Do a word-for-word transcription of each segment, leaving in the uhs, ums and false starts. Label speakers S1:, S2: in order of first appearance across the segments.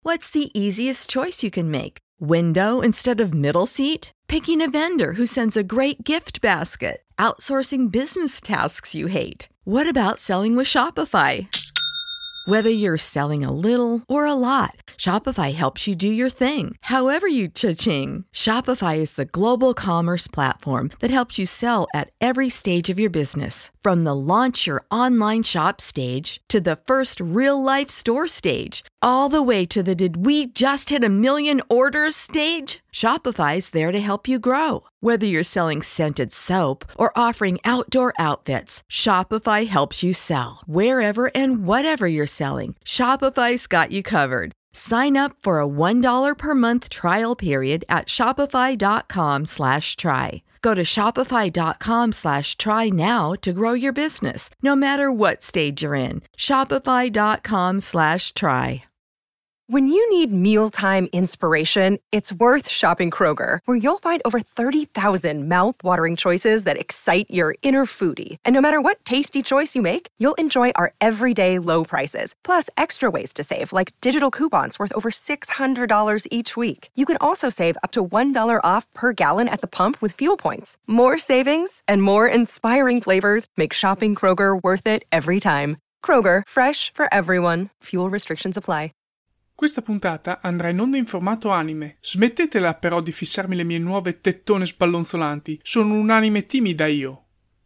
S1: What's the easiest choice you can make? Window instead of middle seat? Picking a vendor who sends a great gift basket? Outsourcing business tasks you hate? What about selling with Shopify? Whether you're selling a little or a lot, Shopify helps you do your thing, however you cha-ching. Shopify is the global commerce platform that helps you sell at every stage of your business. From the launch your online shop stage to the first real-life store stage, all the way to the did we just hit a million orders stage? Shopify's there to help you grow. Whether you're selling scented soap or offering outdoor outfits, Shopify helps you sell. Wherever and whatever you're selling, Shopify's got you covered. Sign up for a one dollar per month trial period at shopify.com slash try. Go to shopify.com slash try now to grow your business, no matter what stage you're in. Shopify.com slash try.
S2: When you need mealtime inspiration, it's worth shopping Kroger, where you'll find over thirty thousand mouth-watering choices that excite your inner foodie. And no matter what tasty choice you make, you'll enjoy our everyday low prices, plus extra ways to save, like digital coupons worth over six hundred dollars each week. You can also save up to one dollar off per gallon at the pump with fuel points. More savings and more inspiring flavors make shopping Kroger worth it every time. Kroger, fresh for everyone. Fuel restrictions apply.
S3: Questa puntata andrà in onda in formato anime. Smettetela però di fissarmi le mie nuove tettone sballonzolanti. Sono un anime timida io.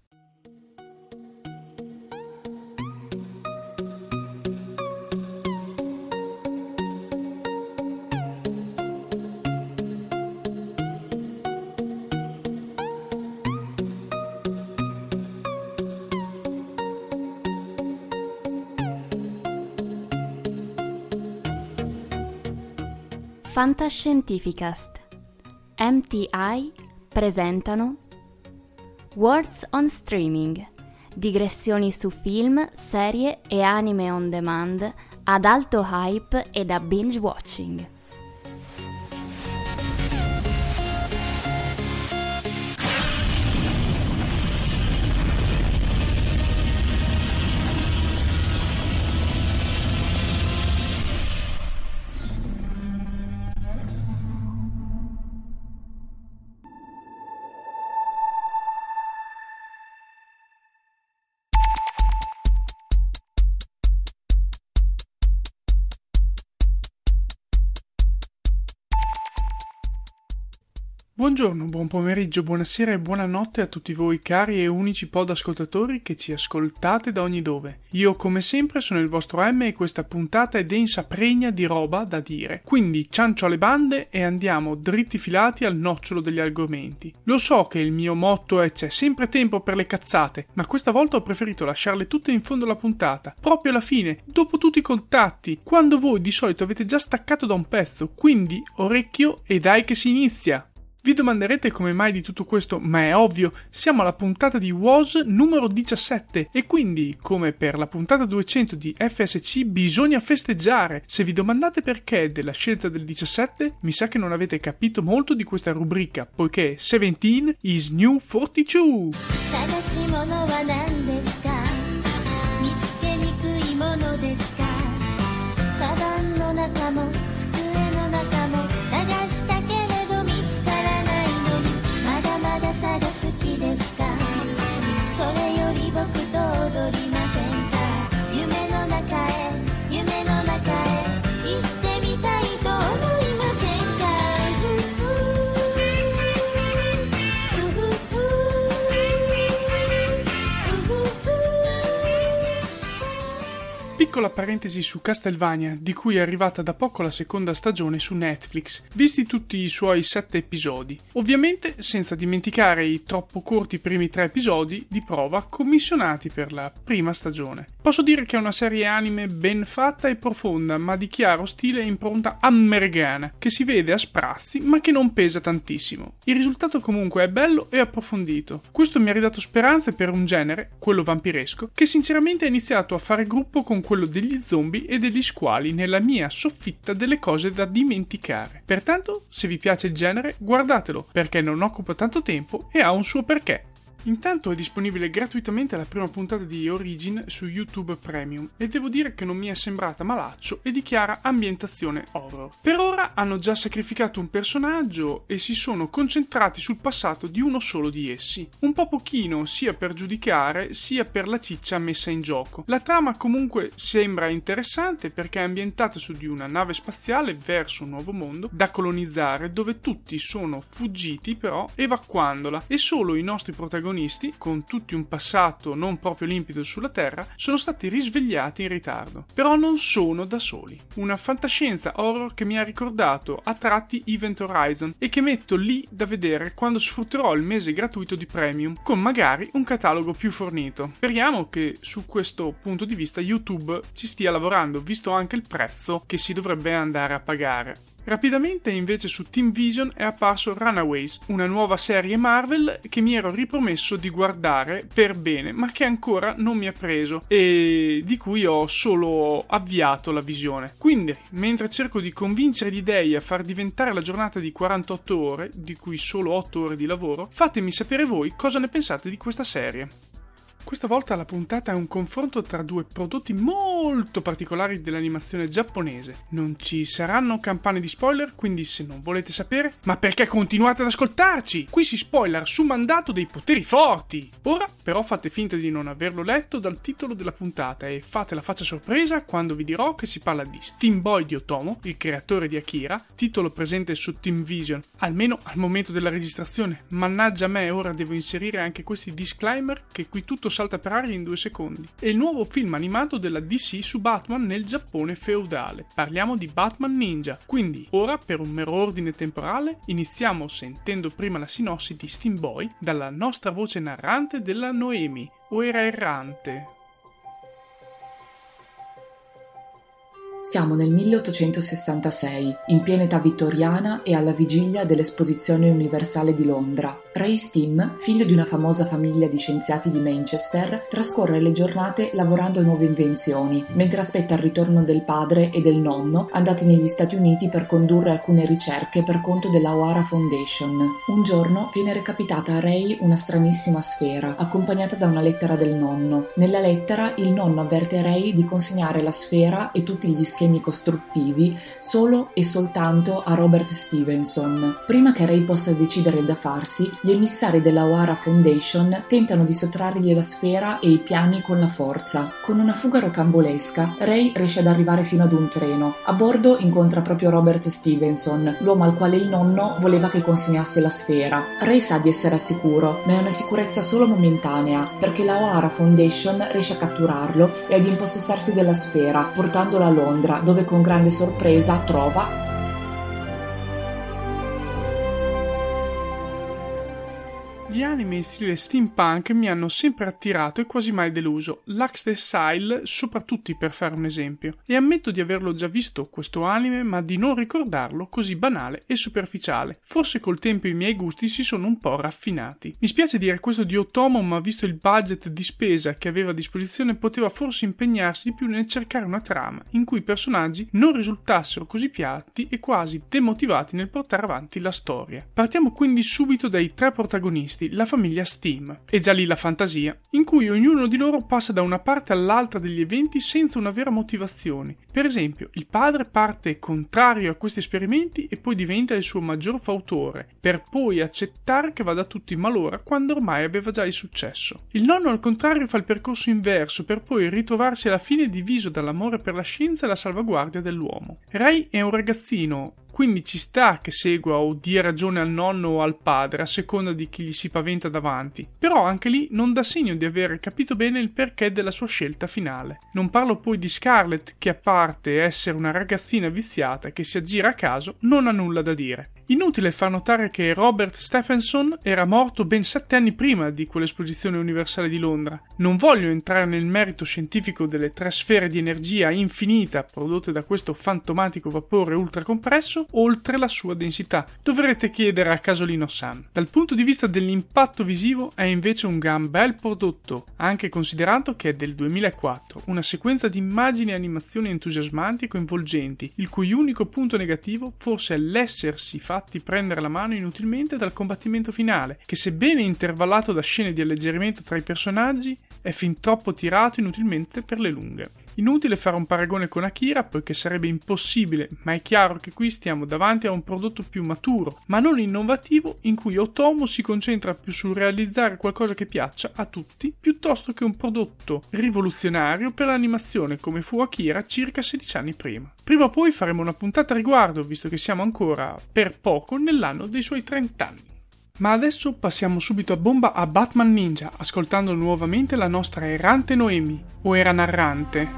S4: Fantascientificast. M T I presentano Words on Streaming, digressioni su film, serie e anime on demand ad alto hype e da binge watching.
S3: Buongiorno, buon pomeriggio, buonasera e buonanotte a tutti voi cari e unici pod ascoltatori che ci ascoltate da ogni dove. Io come sempre sono il vostro M e questa puntata è densa pregna di roba da dire. Quindi ciancio alle bande e andiamo dritti filati al nocciolo degli argomenti. Lo so che il mio motto è c'è sempre tempo per le cazzate, ma questa volta ho preferito lasciarle tutte in fondo alla puntata, proprio alla fine, dopo tutti i contatti, quando voi di solito avete già staccato da un pezzo, quindi orecchio e dai che si inizia! Vi domanderete come mai di tutto questo, ma è ovvio, siamo alla puntata di W O S numero diciassette e quindi, come per la puntata duecento di F S C, bisogna festeggiare. Se vi domandate perché della scelta del diciassette, mi sa che non avete capito molto di questa rubrica, poiché seventeen is new forty-two. Piccola parentesi su Castlevania, di cui è arrivata da poco la seconda stagione su Netflix, visti tutti i suoi sette episodi. Ovviamente senza dimenticare i troppo corti primi tre episodi di prova commissionati per la prima stagione. Posso dire che è una serie anime ben fatta e profonda, ma di chiaro stile e impronta americana, che si vede a sprazzi ma che non pesa tantissimo. Il risultato comunque è bello e approfondito. Questo mi ha ridato speranze per un genere, quello vampiresco, che sinceramente ha iniziato a fare gruppo con quello degli zombie e degli squali nella mia soffitta delle cose da dimenticare. Pertanto, se vi piace il genere, guardatelo, perché non occupa tanto tempo e ha un suo perché. Intanto è disponibile gratuitamente la prima puntata di Origin su YouTube Premium e devo dire che non mi è sembrata malaccio e di chiara ambientazione horror. Per ora hanno già sacrificato un personaggio e si sono concentrati sul passato di uno solo di essi, un po' pochino sia per giudicare sia per la ciccia messa in gioco. La trama comunque sembra interessante perché è ambientata su di una nave spaziale verso un nuovo mondo da colonizzare, dove tutti sono fuggiti però evacuandola e solo i nostri protagonisti, con tutti un passato non proprio limpido sulla Terra, sono stati risvegliati in ritardo. Però non sono da soli. Una fantascienza horror che mi ha ricordato a tratti Event Horizon e che metto lì da vedere quando sfrutterò il mese gratuito di Premium, con magari un catalogo più fornito. Speriamo che su questo punto di vista YouTube ci stia lavorando, visto anche il prezzo che si dovrebbe andare a pagare. Rapidamente invece su Team Vision è apparso Runaways, una nuova serie Marvel che mi ero ripromesso di guardare per bene, ma che ancora non mi ha preso e di cui ho solo avviato la visione. Quindi, mentre cerco di convincere gli dei a far diventare la giornata di quarantotto ore, di cui solo otto ore di lavoro, fatemi sapere voi cosa ne pensate di questa serie. Questa volta la puntata è un confronto tra due prodotti molto particolari dell'animazione giapponese. Non ci saranno campane di spoiler, quindi se non volete sapere, ma perché continuate ad ascoltarci? Qui si spoiler su mandato dei poteri forti! Ora però fate finta di non averlo letto dal titolo della puntata e fate la faccia sorpresa quando vi dirò che si parla di Steam Boy di Otomo, il creatore di Akira, titolo presente su Team Vision, almeno al momento della registrazione. Mannaggia me, ora devo inserire anche questi disclaimer che qui tutto salta per aria in due secondi. È il nuovo film animato della D C su Batman nel Giappone feudale. Parliamo di Batman Ninja. Quindi, ora, per un mero ordine temporale, iniziamo sentendo prima la sinossi di Steam Boy dalla nostra voce narrante della Noemi, o era errante.
S5: Siamo nel milleottocentosessantasei, in piena età vittoriana e alla vigilia dell'Esposizione Universale di Londra. Ray Steam, figlio di una famosa famiglia di scienziati di Manchester, trascorre le giornate lavorando a nuove invenzioni, mentre aspetta il ritorno del padre e del nonno, andati negli Stati Uniti per condurre alcune ricerche per conto della O'Hara Foundation. Un giorno viene recapitata a Ray una stranissima sfera, accompagnata da una lettera del nonno. Nella lettera il nonno avverte Ray di consegnare la sfera e tutti gli schemi costruttivi solo e soltanto a Robert Stevenson. Prima che Ray possa decidere da farsi, gli emissari della O'Hara Foundation tentano di sottrargli la sfera e i piani con la forza. Con una fuga rocambolesca, Ray riesce ad arrivare fino ad un treno. A bordo incontra proprio Robert Stevenson, l'uomo al quale il nonno voleva che consegnasse la sfera. Ray sa di essere al sicuro, ma è una sicurezza solo momentanea, perché la O'Hara Foundation riesce a catturarlo e ad impossessarsi della sfera, portandola a Londra, dove con grande sorpresa trova
S3: Gli anime in stile steampunk mi hanno sempre attirato e quasi mai deluso, Lux the Sile soprattutto per fare un esempio, e ammetto di averlo già visto questo anime ma di non ricordarlo così banale e superficiale. Forse col tempo i miei gusti si sono un po' raffinati. Mi spiace dire questo di Otomo, ma visto il budget di spesa che aveva a disposizione poteva forse impegnarsi di più nel cercare una trama in cui i personaggi non risultassero così piatti e quasi demotivati nel portare avanti la storia. Partiamo quindi subito dai tre protagonisti, la famiglia Steam, e già lì la fantasia, in cui ognuno di loro passa da una parte all'altra degli eventi senza una vera motivazione. Per esempio, il padre parte contrario a questi esperimenti e poi diventa il suo maggior fautore, per poi accettare che vada tutto in malora quando ormai aveva già il successo. Il nonno al contrario fa il percorso inverso, per poi ritrovarsi alla fine diviso dall'amore per la scienza e la salvaguardia dell'uomo. Ray è un ragazzino, quindi ci sta che segua o dia ragione al nonno o al padre a seconda di chi gli si paventa davanti, però anche lì non dà segno di aver capito bene il perché della sua scelta finale. Non parlo poi di Scarlett, che a parte essere una ragazzina viziata che si aggira a caso non ha nulla da dire. Inutile far notare che Robert Stephenson era morto ben sette anni prima di quell'esposizione universale di Londra. Non voglio entrare nel merito scientifico delle tre sfere di energia infinita prodotte da questo fantomatico vapore ultracompresso, oltre la sua densità. Dovrete chiedere a Casolino-san. Dal punto di vista dell'impatto visivo è invece un gran bel prodotto, anche considerato che è del duemilaquattro, una sequenza di immagini e animazioni entusiasmanti e coinvolgenti, il cui unico punto negativo forse è l'essersi fatto infatti prendere la mano inutilmente dal combattimento finale, che sebbene intervallato da scene di alleggerimento tra i personaggi, è fin troppo tirato inutilmente per le lunghe. Inutile fare un paragone con Akira, poiché sarebbe impossibile, ma è chiaro che qui stiamo davanti a un prodotto più maturo, ma non innovativo, in cui Otomo si concentra più sul realizzare qualcosa che piaccia a tutti, piuttosto che un prodotto rivoluzionario per l'animazione come fu Akira circa sedici anni prima. Prima o poi faremo una puntata a riguardo, visto che siamo ancora, per poco, nell'anno dei suoi trenta anni. Ma adesso passiamo subito a bomba a Batman Ninja, ascoltando nuovamente la nostra errante Noemi, o era narrante?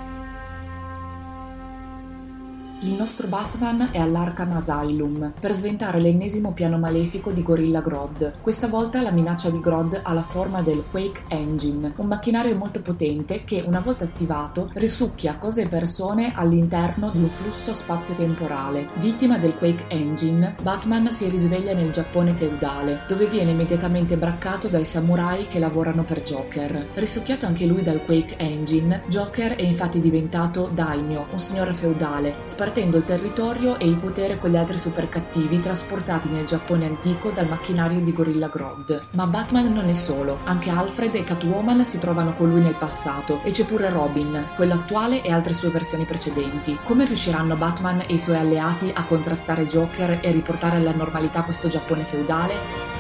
S5: Il nostro Batman è all'Arkham Asylum per sventare l'ennesimo piano malefico di Gorilla Grodd. Questa volta la minaccia di Grodd ha la forma del Quake Engine, un macchinario molto potente che, una volta attivato, risucchia cose e persone all'interno di un flusso spazio-temporale. Vittima del Quake Engine, Batman si risveglia nel Giappone feudale, dove viene immediatamente braccato dai samurai che lavorano per Joker. Risucchiato anche lui dal Quake Engine, Joker è infatti diventato daimyo, un signore feudale, spartendo il territorio e il potere con gli altri super cattivi trasportati nel Giappone antico dal macchinario di Gorilla Grodd. Ma Batman non è solo, anche Alfred e Catwoman si trovano con lui nel passato, e c'è pure Robin, quello attuale e altre sue versioni precedenti. Come riusciranno Batman e i suoi alleati a contrastare Joker e riportare alla normalità questo Giappone feudale?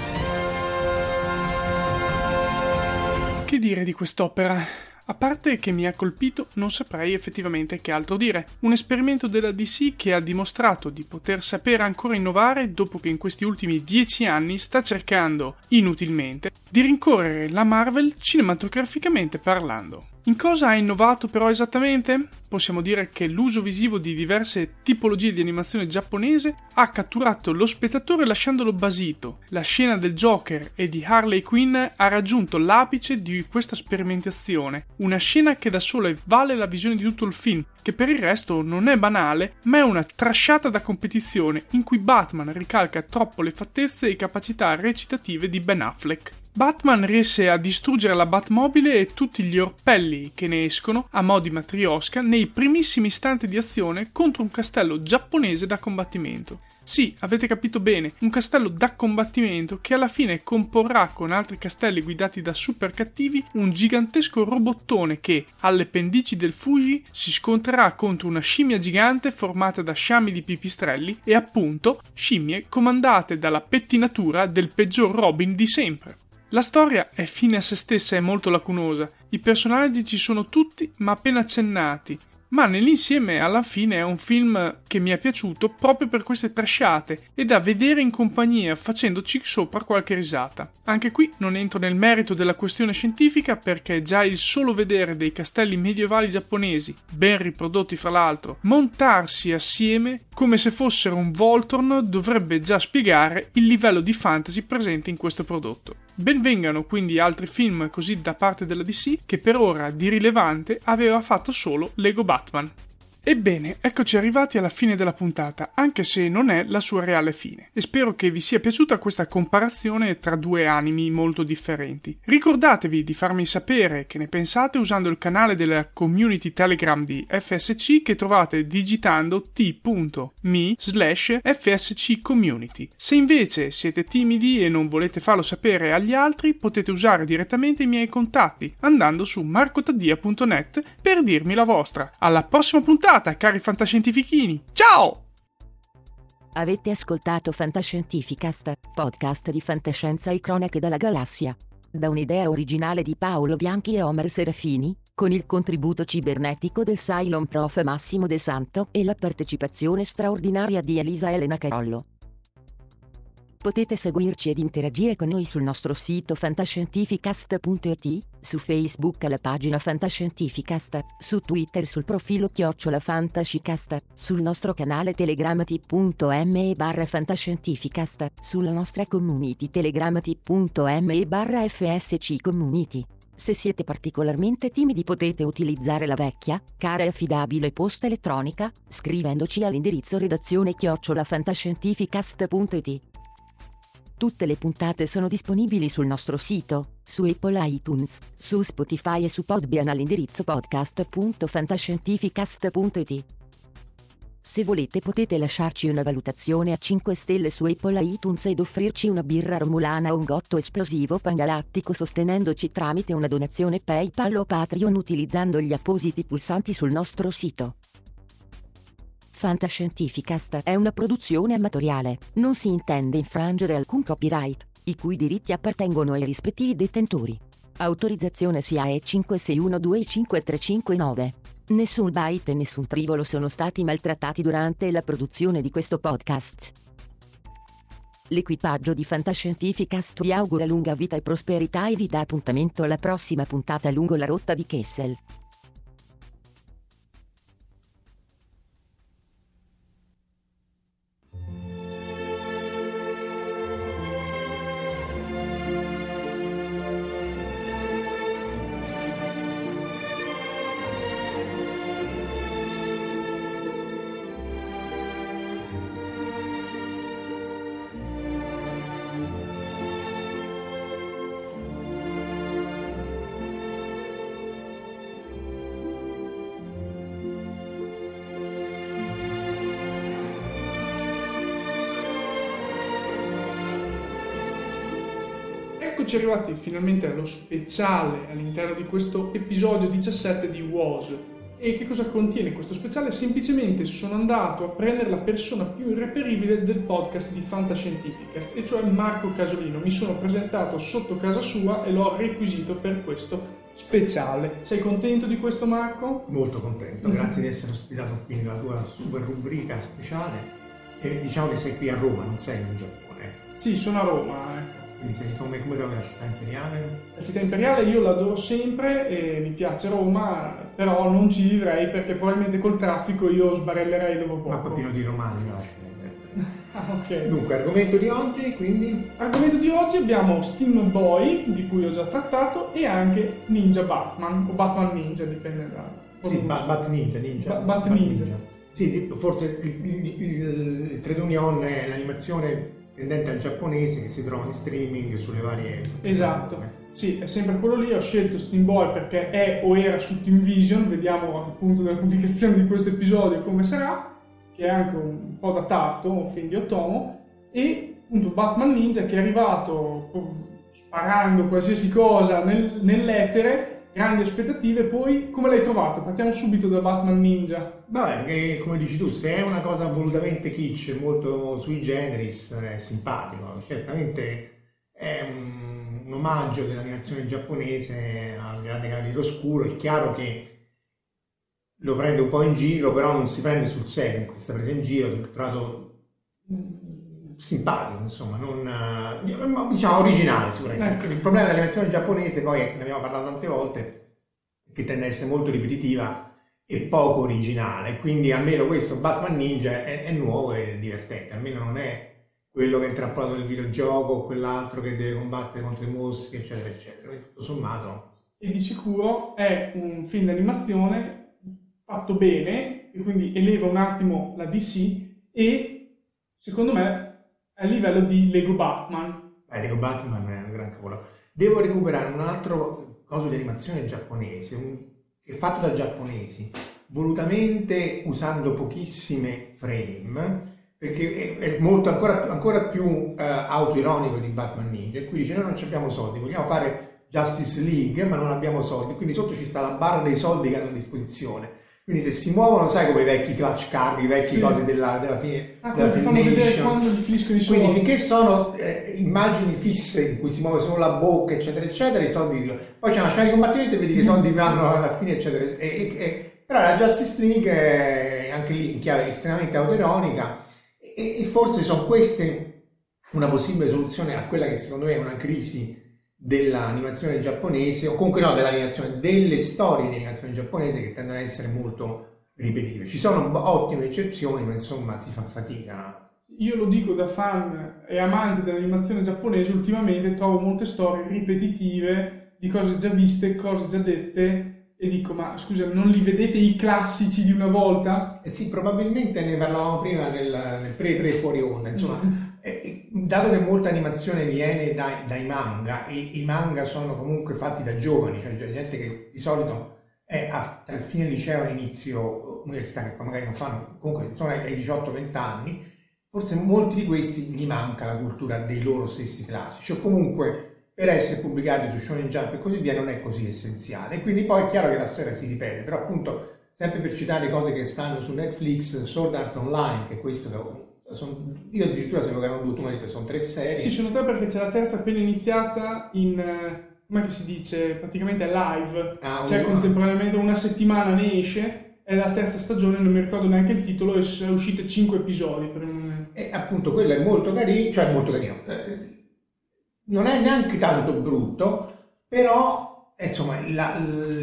S3: Che dire di quest'opera? A parte che mi ha colpito, non saprei effettivamente che altro dire. Un esperimento della D C che ha dimostrato di poter sapere ancora innovare dopo che in questi ultimi dieci anni sta cercando, inutilmente, di rincorrere la Marvel cinematograficamente parlando. In cosa ha innovato però esattamente? Possiamo dire che l'uso visivo di diverse tipologie di animazione giapponese ha catturato lo spettatore lasciandolo basito. La scena del Joker e di Harley Quinn ha raggiunto l'apice di questa sperimentazione, una scena che da sola vale la visione di tutto il film, che per il resto non è banale, ma è una trasciata da competizione in cui Batman ricalca troppo le fattezze e capacità recitative di Ben Affleck. Batman riesce a distruggere la Batmobile e tutti gli orpelli che ne escono a mo' di matriosca nei primissimi istanti di azione contro un castello giapponese da combattimento. Sì, avete capito bene, un castello da combattimento che alla fine comporrà con altri castelli guidati da super cattivi un gigantesco robottone che, alle pendici del Fuji, si scontrerà contro una scimmia gigante formata da sciami di pipistrelli e appunto scimmie comandate dalla pettinatura del peggior Robin di sempre. La storia è fine a se stessa e molto lacunosa, i personaggi ci sono tutti ma appena accennati, ma nell'insieme alla fine è un film che mi è piaciuto proprio per queste trasciate e da vedere in compagnia facendoci sopra qualche risata. Anche qui non entro nel merito della questione scientifica perché già il solo vedere dei castelli medievali giapponesi, ben riprodotti fra l'altro, montarsi assieme come se fossero un Voltron dovrebbe già spiegare il livello di fantasy presente in questo prodotto. Benvengano quindi altri film così da parte della D C che per ora di rilevante aveva fatto solo Lego Batman. Ebbene, eccoci arrivati alla fine della puntata, anche se non è la sua reale fine, e spero che vi sia piaciuta questa comparazione tra due animi molto differenti. Ricordatevi di farmi sapere che ne pensate usando il canale della community Telegram di F S C che trovate digitando t.me slash fsccommunity. Se invece siete timidi e non volete farlo sapere agli altri, potete usare direttamente i miei contatti andando su marcotaddia punto net per dirmi la vostra. Alla prossima puntata! Cari fantascientifichini, ciao!
S6: Avete ascoltato Fantascientificast, podcast di fantascienza e cronache dalla galassia. Da un'idea originale di Paolo Bianchi e Omer Serafini, con il contributo cibernetico del Cylon Prof Massimo De Santo e la partecipazione straordinaria di Elisa Elena Carollo. Potete seguirci ed interagire con noi sul nostro sito fantascientificast punto it, su Facebook alla pagina Fantascientificast, su Twitter sul profilo chiocciola Fantascicast, sul nostro canale Telegram t.me barra Fantascientificast, sulla nostra community Telegram t.me barra fsc community. Se siete particolarmente timidi potete utilizzare la vecchia, cara e affidabile posta elettronica, scrivendoci all'indirizzo redazione chiocciola fantascientificast punto it. Tutte le puntate sono disponibili sul nostro sito, su Apple iTunes, su Spotify e su Podbean all'indirizzo podcast punto fantascientificast punto it. Se volete potete lasciarci una valutazione a cinque stelle su Apple iTunes ed offrirci una birra romulana o un gotto esplosivo pangalattico sostenendoci tramite una donazione PayPal o Patreon utilizzando gli appositi pulsanti sul nostro sito. Fantascientificast è una produzione amatoriale, non si intende infrangere alcun copyright, i cui diritti appartengono ai rispettivi detentori. Autorizzazione S I A E cinque sei uno due cinque tre cinque nove. Nessun byte e nessun trivolo sono stati maltrattati durante la produzione di questo podcast. L'equipaggio di Fantascientificast vi augura lunga vita e prosperità e vi dà appuntamento alla prossima puntata lungo la rotta di Kessel.
S3: Eccoci arrivati finalmente allo speciale all'interno di questo episodio diciassette di W O S. E che cosa contiene questo speciale? Semplicemente sono andato a prendere la persona più irreperibile del podcast di Fantascientificast, e cioè Marco Casolino. Mi sono presentato sotto casa sua e l'ho requisito per questo speciale. Sei contento di questo, Marco?
S7: Molto contento, grazie di essere ospitato qui nella tua super rubrica speciale. E diciamo che sei qui a Roma, non sei in Giappone.
S3: Sì, sono a Roma, ecco.
S7: Quindi sei come, come trovi la città imperiale?
S3: La città imperiale io l'adoro sempre e mi piace Roma, però non ci vivrei perché probabilmente col traffico io sbarellerei dopo poco.
S7: Ma poi pieno di romani, lasciami.
S3: Ah, ok.
S7: Dunque, argomento di oggi, quindi?
S3: Argomento di oggi abbiamo Steam Boy, di cui ho già trattato, e anche Ninja Batman, o Batman Ninja, dipende da...
S7: Sì, Bat, Bat Ninja, Ninja.
S3: Ba- Bat, Bat Ninja. Ninja.
S7: Sì, forse il, il, il, il Trade Union è l'animazione tendente al giapponese che si trova in streaming sulle varie...
S3: Esatto, sì, è sempre quello lì. Ho scelto Steam Boy perché è o era su Team Vision, vediamo appunto dalla pubblicazione di questo episodio come sarà, che è anche un po' datato, un film di Otomo, e appunto Batman Ninja che è arrivato sparando qualsiasi cosa nel, nell'etere, grandi aspettative. Poi come l'hai trovato? Partiamo subito da Batman Ninja.
S7: Vabbè, che come dici tu, se è una cosa volutamente kitsch, molto sui generis, è simpatico. Certamente è un, un omaggio dell'animazione giapponese al Grande Cavaliere Oscuro. È chiaro che lo prende un po' in giro, però non si prende sul serio in questa presa in giro. L'ho trovato simpatico, insomma, non diciamo originale sicuramente. Il problema dell'animazione giapponese, poi ne abbiamo parlato tante volte, che tende ad essere molto ripetitiva e poco originale, quindi almeno questo Batman Ninja è, è nuovo e divertente, almeno non è quello che è intrappolato nel videogioco o quell'altro che deve combattere contro i mostri, eccetera eccetera. Quindi, tutto sommato, e
S3: di sicuro è un film d'animazione fatto bene e quindi eleva un attimo la D C e secondo me è a livello di Lego Batman.
S7: Eh, Lego Batman è un gran capolavoro. Devo recuperare un altro coso di animazione giapponese, un è fatto da giapponesi, volutamente usando pochissime frame, perché è, è molto ancora, ancora più uh, autoironico di Batman Ninja, e qui dice noi non abbiamo soldi, vogliamo fare Justice League ma non abbiamo soldi, quindi sotto ci sta la barra dei soldi che hanno a disposizione, quindi se si muovono, sai, come i vecchi clutch card, i vecchi sì. cose della, della, fine,
S3: ah,
S7: della Filmation,
S3: quando gli finiscono i soldi.
S7: Quindi finché sono eh, immagini fisse in cui si muove solo la bocca, eccetera eccetera, i soldi, poi c'è una scena di combattimento e vedi che i soldi vanno alla fine, eccetera, e, e, e, però la Justice League è anche lì in chiave estremamente autoironica, e, e forse sono queste una possibile soluzione a quella che secondo me è una crisi dell'animazione giapponese, o comunque no, dell'animazione, delle storie di animazione giapponese che tendono ad essere molto ripetitive. Ci sono ottime eccezioni, ma insomma si fa fatica.
S3: Io lo dico da fan e amante dell'animazione giapponese, ultimamente trovo molte storie ripetitive di cose già viste, cose già dette, e dico, ma scusa, non li vedete i classici di una volta?
S7: Eh sì, probabilmente ne parlavamo prima nel, nel pre-pre fuori onda, insomma. Eh, dato che molta animazione viene dai, dai manga, e i manga sono comunque fatti da giovani, cioè gente che di solito è a, tra il fine liceo e inizio università, che poi magari non fanno, comunque sono ai diciotto venti anni, forse molti di questi gli manca la cultura dei loro stessi classici, o comunque per essere pubblicati su Shonen Jump e così via non è così essenziale. Quindi poi è chiaro che la storia si ripete, però appunto, sempre per citare cose che stanno su Netflix, Sword Art Online, che questo sono, io addirittura sapevo che erano due, tu mi hai detto sono tre serie.
S3: Sì, sono tre perché c'è la terza appena iniziata in... come si dice, praticamente è live, ah, cioè contemporaneamente una settimana ne esce, è la terza stagione, non mi ricordo neanche il titolo, e sono uscite cinque episodi. Per un...
S7: E appunto quello è molto carino, cioè molto carino, eh, non è neanche tanto brutto, però insomma la,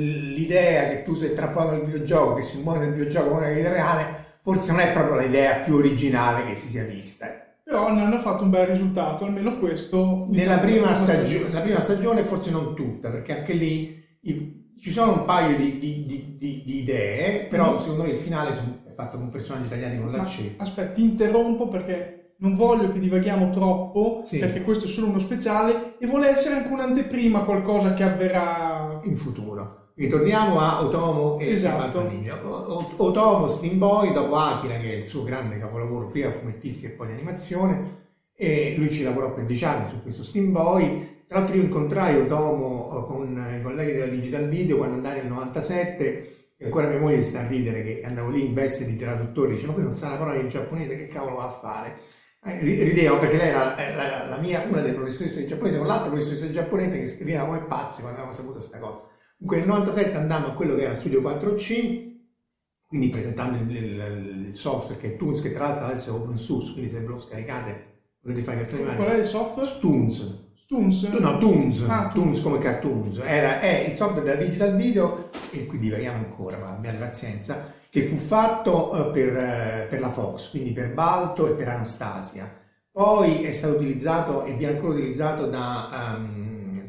S7: l'idea che tu sei trappato nel videogioco, che si muove nel videogioco come nella vita reale, forse non è proprio l'idea più originale che si sia vista.
S3: Però ne hanno fatto un bel risultato, almeno questo.
S7: Nella prima, stagio- la prima stagione forse non tutta, perché anche lì i, ci sono un paio di, di, di, di, di idee, però mm-hmm. secondo me il finale è fatto con personaggi italiani con l'accento.
S3: Aspetta, ti interrompo perché non voglio che divaghiamo troppo, sì. Perché questo è solo uno speciale e vuole essere anche un'anteprima, qualcosa che avverrà
S7: in futuro. Ritorniamo a Otomo e
S3: esatto.
S7: Ninja. Otomo, Steam Boy, dopo Akira, che è il suo grande capolavoro, prima fumettistica e poi di animazione, e lui ci lavorò per dieci anni su questo Steam Boy. Tra l'altro io incontrai Otomo con i colleghi della Digital Video quando andai nel novantasette, e ancora mia moglie sta a ridere che andavo lì in veste di traduttore, dice ma qui non sa la parola in giapponese, che cavolo va a fare? Eh, ridevo perché lei era la, la, la mia, una delle professoresse di giapponese con l'altra professoressa di giapponese che scriveva come pazzi quando avevamo saputo questa cosa. Comunque nel novantasette andammo a quello che era Studio quattro C, quindi presentando il, il, il software che è Toons, che tra l'altro adesso è open source, quindi se ve lo scaricate potete fare cartoni animati.
S3: Qual è il software?
S7: Toons.
S3: Toons?
S7: No, Toons. Ah, Toons come cartoons. Era, è il software della Digital Video, e qui divaghiamo ancora, ma abbiate pazienza, che fu fatto per, per la Fox, quindi per Balto e per Anastasia. Poi è stato utilizzato e viene ancora utilizzato da... Um,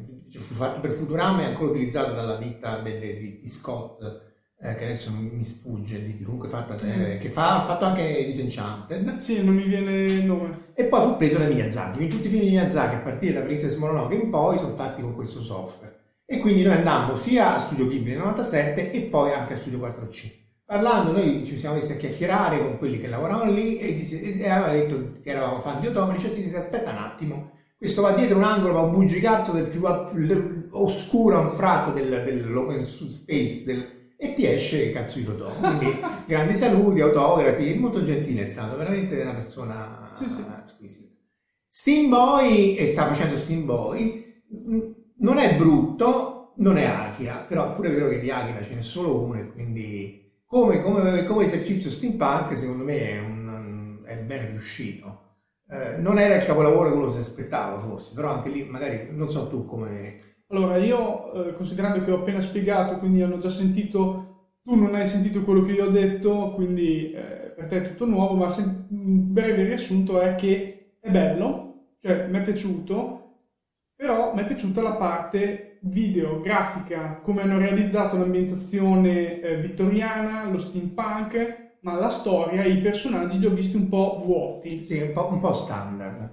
S7: fu fatto per Futurama e ancora utilizzato dalla ditta di, di, di Scott, eh, che adesso non mi sfugge, di, comunque fatta, eh, che fa, ha fatto anche Disenchanted.
S3: Sì, non mi viene il nome.
S7: E poi fu preso da Miyazaki, quindi tutti i film di Miyazaki a partire da Princess Mononoke in poi sono fatti con questo software. E quindi noi andammo sia a Studio Ghibli nel novantasette e poi anche a Studio quattro C. Parlando noi ci siamo messi a chiacchierare con quelli che lavoravano lì e, e, e aveva detto che eravamo fan di Otomo, dice sì, sì, aspetta un attimo. Questo va dietro un angolo, va un bugigato del più oscuro anfratto del, dell'open space del, e ti esce il cazzo di Otomo. Quindi grandi saluti, autografi, molto gentile è stato, veramente una persona sì, sì. squisita. Steam Boy, e sta facendo Steam Boy, non è brutto, non è Akira, però è pure vero che di Akira ce n'è solo uno e quindi come, come, come esercizio steampunk secondo me è, un, è ben riuscito. Eh, non era il capolavoro che lo si aspettava forse, però anche lì magari non so tu come...
S3: Allora io, eh, considerando che ho appena spiegato, quindi hanno già sentito, tu non hai sentito quello che io ho detto, quindi eh, per te è tutto nuovo, ma un breve riassunto è che è bello, cioè mi è piaciuto, però mi è piaciuta la parte videografica, come hanno realizzato l'ambientazione eh, vittoriana, lo steampunk, ma la storia e i personaggi li ho visti un po' vuoti.
S7: Sì, un po', un po' standard.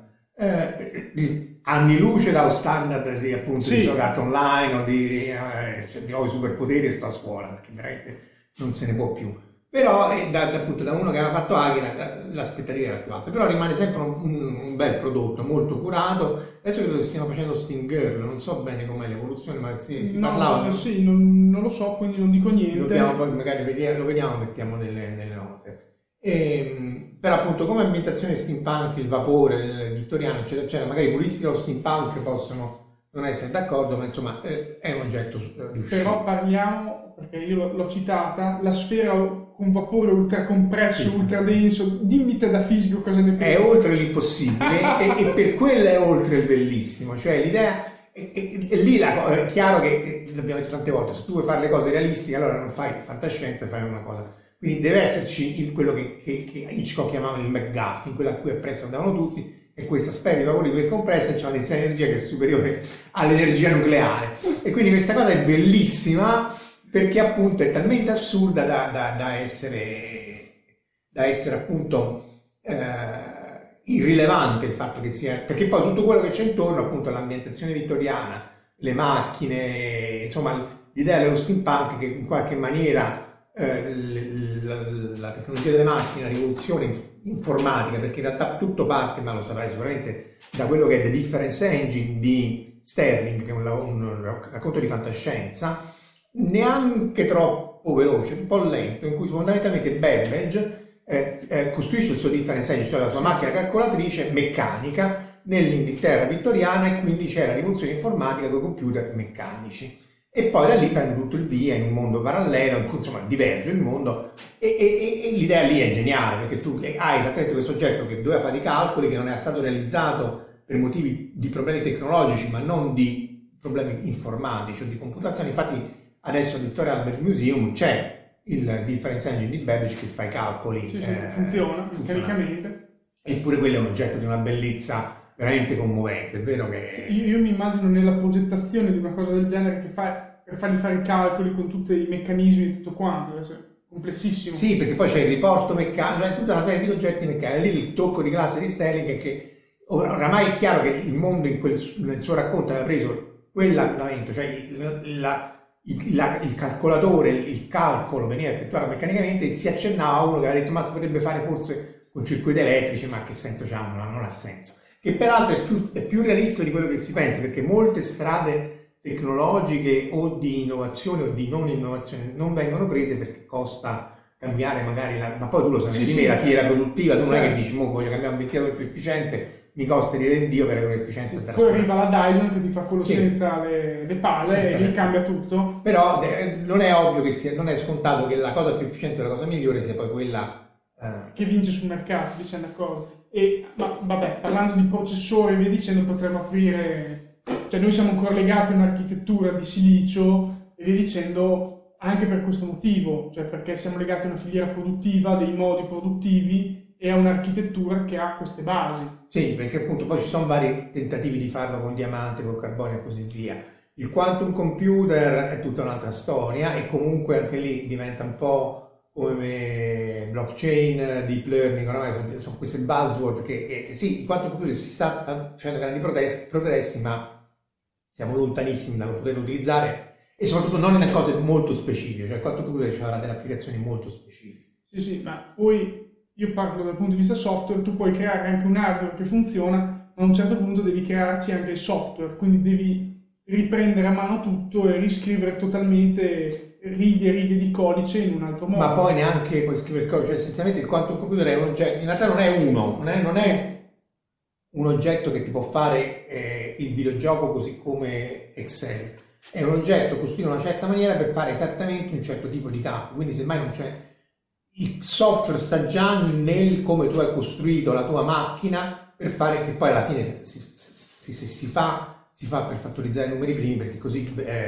S7: Eh, anni luce dallo standard di appunto sì. di Sword Art Online o di, eh, di oh, i superpoteri e sto a scuola, perché veramente non se ne può più. Però eh, da, da, appunto, da uno che aveva fatto Akira l'aspettativa era più alta, però rimane sempre un, un, un bel prodotto, molto curato. Adesso credo che stiano facendo Steam Girl, non so bene com'è l'evoluzione, ma si, si
S3: no,
S7: parlava...
S3: No, sì, non, non lo so, quindi non dico niente.
S7: Dobbiamo poi magari vedere, lo vediamo, mettiamo nelle, nelle note. E, però appunto come ambientazione steampunk, il vapore, il vittoriano, eccetera, eccetera, magari i puristi dello steampunk possono non essere d'accordo, ma insomma è un oggetto riuscito.
S3: Però parliamo, perché io l'ho citata, la sfera con vapore ultra compresso, sì, ultra sì, denso, sì. Dimmi te da fisico cosa ne pensi.
S7: È oltre l'impossibile e, e per quello è oltre il bellissimo, cioè l'idea, e, e, e lì la, è chiaro che, l'abbiamo detto tante volte, se tu vuoi fare le cose realistiche allora non fai fantascienza, fai una cosa. Quindi deve esserci il, quello che, che, che Hitchcock chiamava il McGuffin, quello a cui appresso andavano tutti, e questa sfera di vapore ipercompressa c'è un'inizio di energia che è superiore all'energia nucleare. E quindi questa cosa è bellissima perché appunto è talmente assurda da, da, da essere da essere appunto eh, irrilevante il fatto che sia, perché poi tutto quello che c'è intorno appunto all'ambientazione vittoriana, le macchine, insomma l'idea dello steampunk che in qualche maniera eh, la, la tecnologia delle macchine, la rivoluzione informatica, perché in realtà tutto parte, ma lo saprai sicuramente, da quello che è The Difference Engine di Sterling, che è un, un racconto di fantascienza, neanche troppo veloce, un po' lento, in cui fondamentalmente Babbage eh, eh, costruisce il suo Difference Engine, cioè la sua macchina calcolatrice meccanica nell'Inghilterra vittoriana, e quindi c'è la rivoluzione informatica con i computer meccanici. E poi da lì prende tutto il via in un mondo parallelo, in cui insomma diverge il mondo, e, e, e l'idea lì è geniale, perché tu hai esattamente questo oggetto che doveva fare i calcoli, che non è stato realizzato per motivi di problemi tecnologici, ma non di problemi informatici o di computazione. Infatti adesso al Victoria Albert Museum c'è il Difference Engine di Babbage che fa i calcoli.
S3: Sì, sì,
S7: eh,
S3: funziona meccanicamente.
S7: Eppure quello è un oggetto di una bellezza veramente commovente, è vero che...
S3: Sì, io, io mi immagino nella progettazione di una cosa del genere che fa, per fargli fare i calcoli con tutti i meccanismi e tutto quanto, è complessissimo.
S7: Sì, perché poi c'è il riporto meccanico, c'è tutta una serie di oggetti meccanici, lì il tocco di classe di Sterling è che oramai è chiaro che il mondo in quel, nel suo racconto aveva preso quell'andamento, cioè il, la, il, la, il calcolatore, il, il calcolo veniva effettuato meccanicamente, e si accennava a uno che aveva detto ma si potrebbe fare forse con circuiti elettrici, ma che senso c'ha? Non, non ha senso. Che peraltro è più, è più realistico di quello che si pensa, perché molte strade tecnologiche o di innovazione o di non innovazione non vengono prese perché costa cambiare magari la... ma poi tu lo sai
S3: sì,
S7: di
S3: sì,
S7: me, la filiera produttiva, tu
S3: certo.
S7: non è che dici mo voglio cambiare un ventilatore più efficiente, mi costa di rendio per avere un'efficienza
S3: sì,
S7: trasporto.
S3: Poi arriva la Dyson che ti fa quello
S7: sì.
S3: senza le, le palle
S7: senza
S3: e
S7: le...
S3: gli cambia tutto.
S7: Però eh, non è ovvio che sia, non è scontato che la cosa più efficiente, la cosa migliore sia poi quella eh...
S3: che vince sul mercato, vi siamo d'accordo. E ma, vabbè, parlando di processori e via dicendo, potremmo aprire, cioè noi siamo ancora legati a un'architettura di silicio e via dicendo anche per questo motivo, cioè perché siamo legati a una filiera produttiva, dei modi produttivi e a un'architettura che ha queste basi.
S7: Sì, perché appunto poi ci sono vari tentativi di farlo con diamante, con carbonio e così via. Il quantum computer è tutta un'altra storia, e comunque anche lì diventa un po' come blockchain, deep learning, oramai sono, sono queste buzzword che eh, sì, il quantum computer si sta facendo grandi progressi, progressi, ma siamo lontanissimi da poterlo utilizzare, e soprattutto non in cose molto specifiche, cioè il quantum computer ci avrà delle applicazioni molto specifiche.
S3: Sì, sì, ma poi io parlo dal punto di vista software, tu puoi creare anche un hardware che funziona, ma a un certo punto devi crearci anche il software, quindi devi riprendere a mano tutto e riscrivere totalmente righe e righe di codice in un altro modo.
S7: Ma poi neanche puoi scrivere il codice, cioè essenzialmente il quantum computer è un oggetto, in realtà non è uno, non è, non è un oggetto che ti può fare eh, il videogioco così come Excel, è un oggetto costruito in una certa maniera per fare esattamente un certo tipo di calcolo, quindi semmai non c'è, il software sta già nel come tu hai costruito la tua macchina per fare, che poi alla fine si, si, si, si fa si fa per fattorizzare i numeri primi, perché così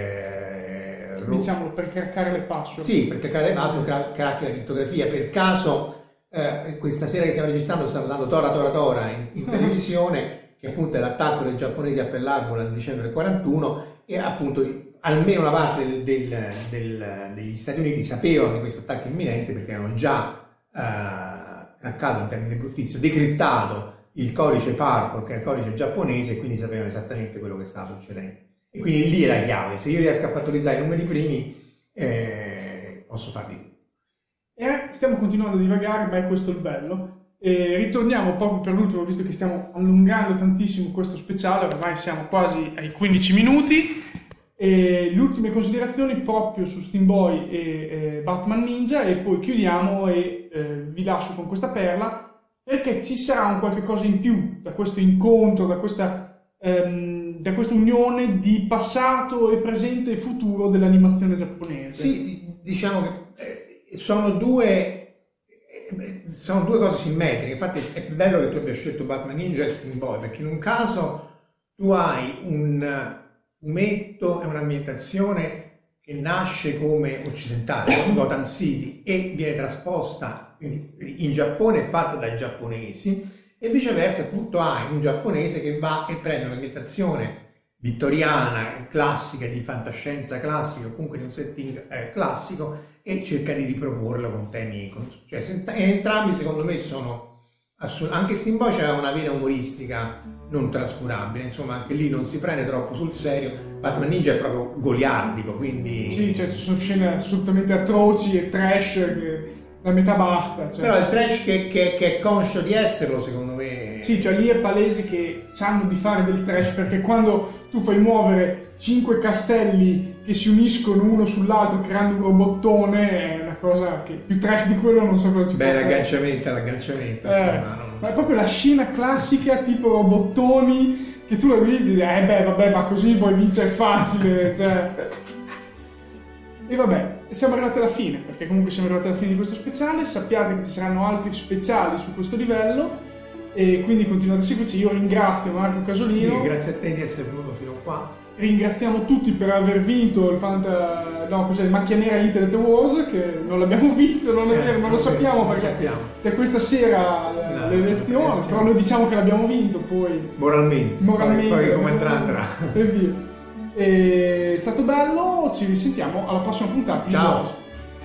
S7: eh,
S3: diciamo per craccare le password.
S7: Sì, per craccare le password, cra- cracchi la crittografia. Per caso eh, questa sera che stiamo registrando stanno dando Tora Tora Tora in, in televisione, che appunto è l'attacco dei giapponesi a Pearl Harbor nel dicembre del quarantuno, e appunto almeno una parte del, del, del, degli Stati Uniti sapevano di questo attacco imminente, perché erano già eh, craccato, in termini bruttissimo, decrittato il codice Purple, che è il codice giapponese, e quindi sapevano esattamente quello che stava succedendo. E quindi lì è la chiave: se io riesco a fattorizzare i numeri primi eh, posso farli.
S3: E stiamo continuando a divagare, ma è questo il bello. E ritorniamo proprio per l'ultimo, visto che stiamo allungando tantissimo questo speciale, ormai siamo quasi ai quindici minuti. E le ultime considerazioni proprio su Steam Boy e, e Batman Ninja, e poi chiudiamo e eh, vi lascio con questa perla, perché ci sarà un qualche cosa in più da questo incontro, da questa, ehm, da questa unione di passato e presente e futuro dell'animazione giapponese.
S7: Sì, diciamo che eh, sono due eh, sono due cose simmetriche. Infatti è bello che tu abbia scelto Batman Ninja e Steam Boy, perché in un caso tu hai un fumetto e un'ambientazione che nasce come occidentale, come Gotham City, e viene trasposta quindi in Giappone, fatta dai giapponesi, e viceversa appunto hai un giapponese che va e prende un'ambientazione vittoriana, classica, di fantascienza classica, o comunque di un setting eh, classico, e cerca di riproporlo con temi, con, cioè senza, e entrambi secondo me sono Assolut- anche Steamboy c'era una vena umoristica non trascurabile, insomma anche lì non si prende troppo sul serio. Batman Ninja è proprio goliardico, quindi...
S3: Sì, cioè ci sono scene assolutamente atroci e trash che la metà basta. Cioè.
S7: Però il trash che, che, che è conscio di esserlo, secondo me...
S3: Sì, cioè lì è palese che sanno di fare del trash, perché quando tu fai muovere cinque castelli che si uniscono uno sull'altro creando un robottone, è una cosa che più trash di quello non so cosa ci
S7: Beh,
S3: possa
S7: l'agganciamento, l'agganciamento,
S3: eh,
S7: insomma... Non...
S3: Ma è proprio la scena classica tipo robottoni che tu la vedi e eh beh vabbè ma così puoi vincere facile, cioè... E vabbè, siamo arrivati alla fine, perché comunque siamo arrivati alla fine di questo speciale. Sappiate che ci saranno altri speciali su questo livello e quindi continuate a seguirci. Io ringrazio Marco Casolino.
S7: Sì, grazie a te di essere venuto fino qua.
S3: Ringraziamo tutti per aver vinto il Fanta... no, cos'è, il Macchia Nera Internet Awards, che non l'abbiamo vinto, non è vero, eh, non lo sappiamo perché sappiamo. C'è questa sera no, le elezioni, però noi diciamo che l'abbiamo vinto poi.
S7: Moralmente.
S3: Moralmente.
S7: Poi, poi come andrà andrà.
S3: E via. È stato bello, ci risentiamo alla prossima puntata.
S7: Ciao.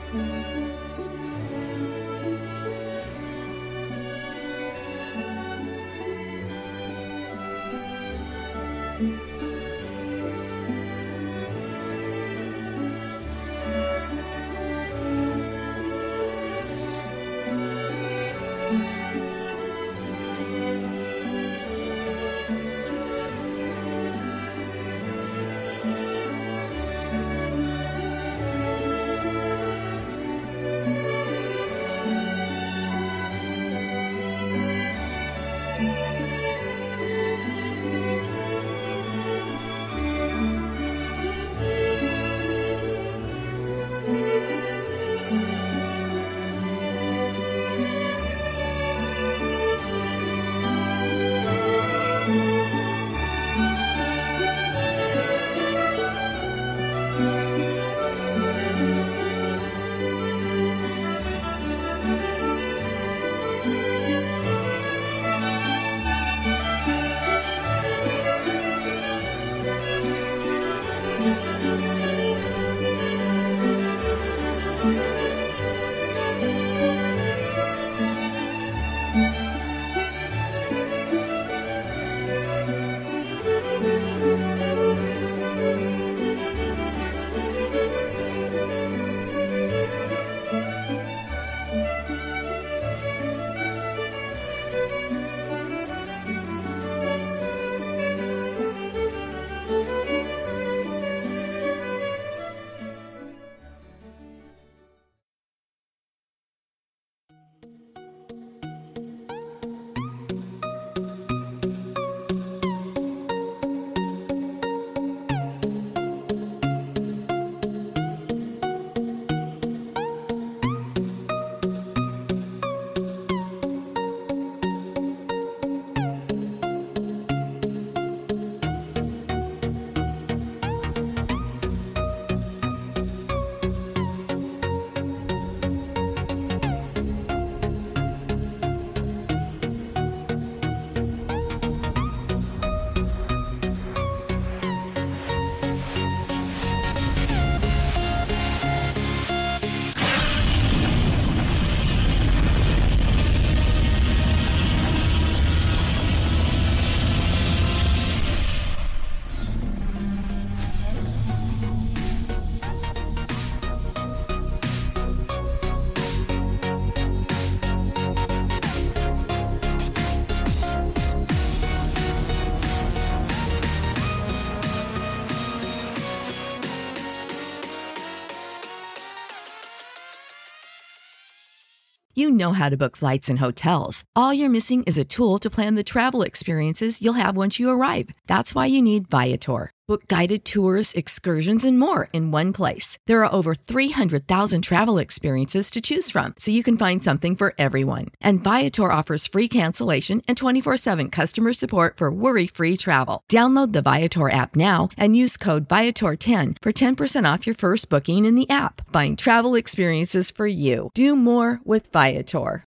S1: You know how to book flights and hotels. All you're missing is a tool to plan the travel experiences you'll have once you arrive. That's why you need Viator. Book guided tours, excursions, and more in one place. There are over three hundred thousand travel experiences to choose from, so you can find something for everyone. And Viator offers free cancellation and twenty-four seven customer support for worry-free travel. Download the Viator app now and use code Viator ten for ten percent off your first booking in the app. Find travel experiences for you. Do more with Viator.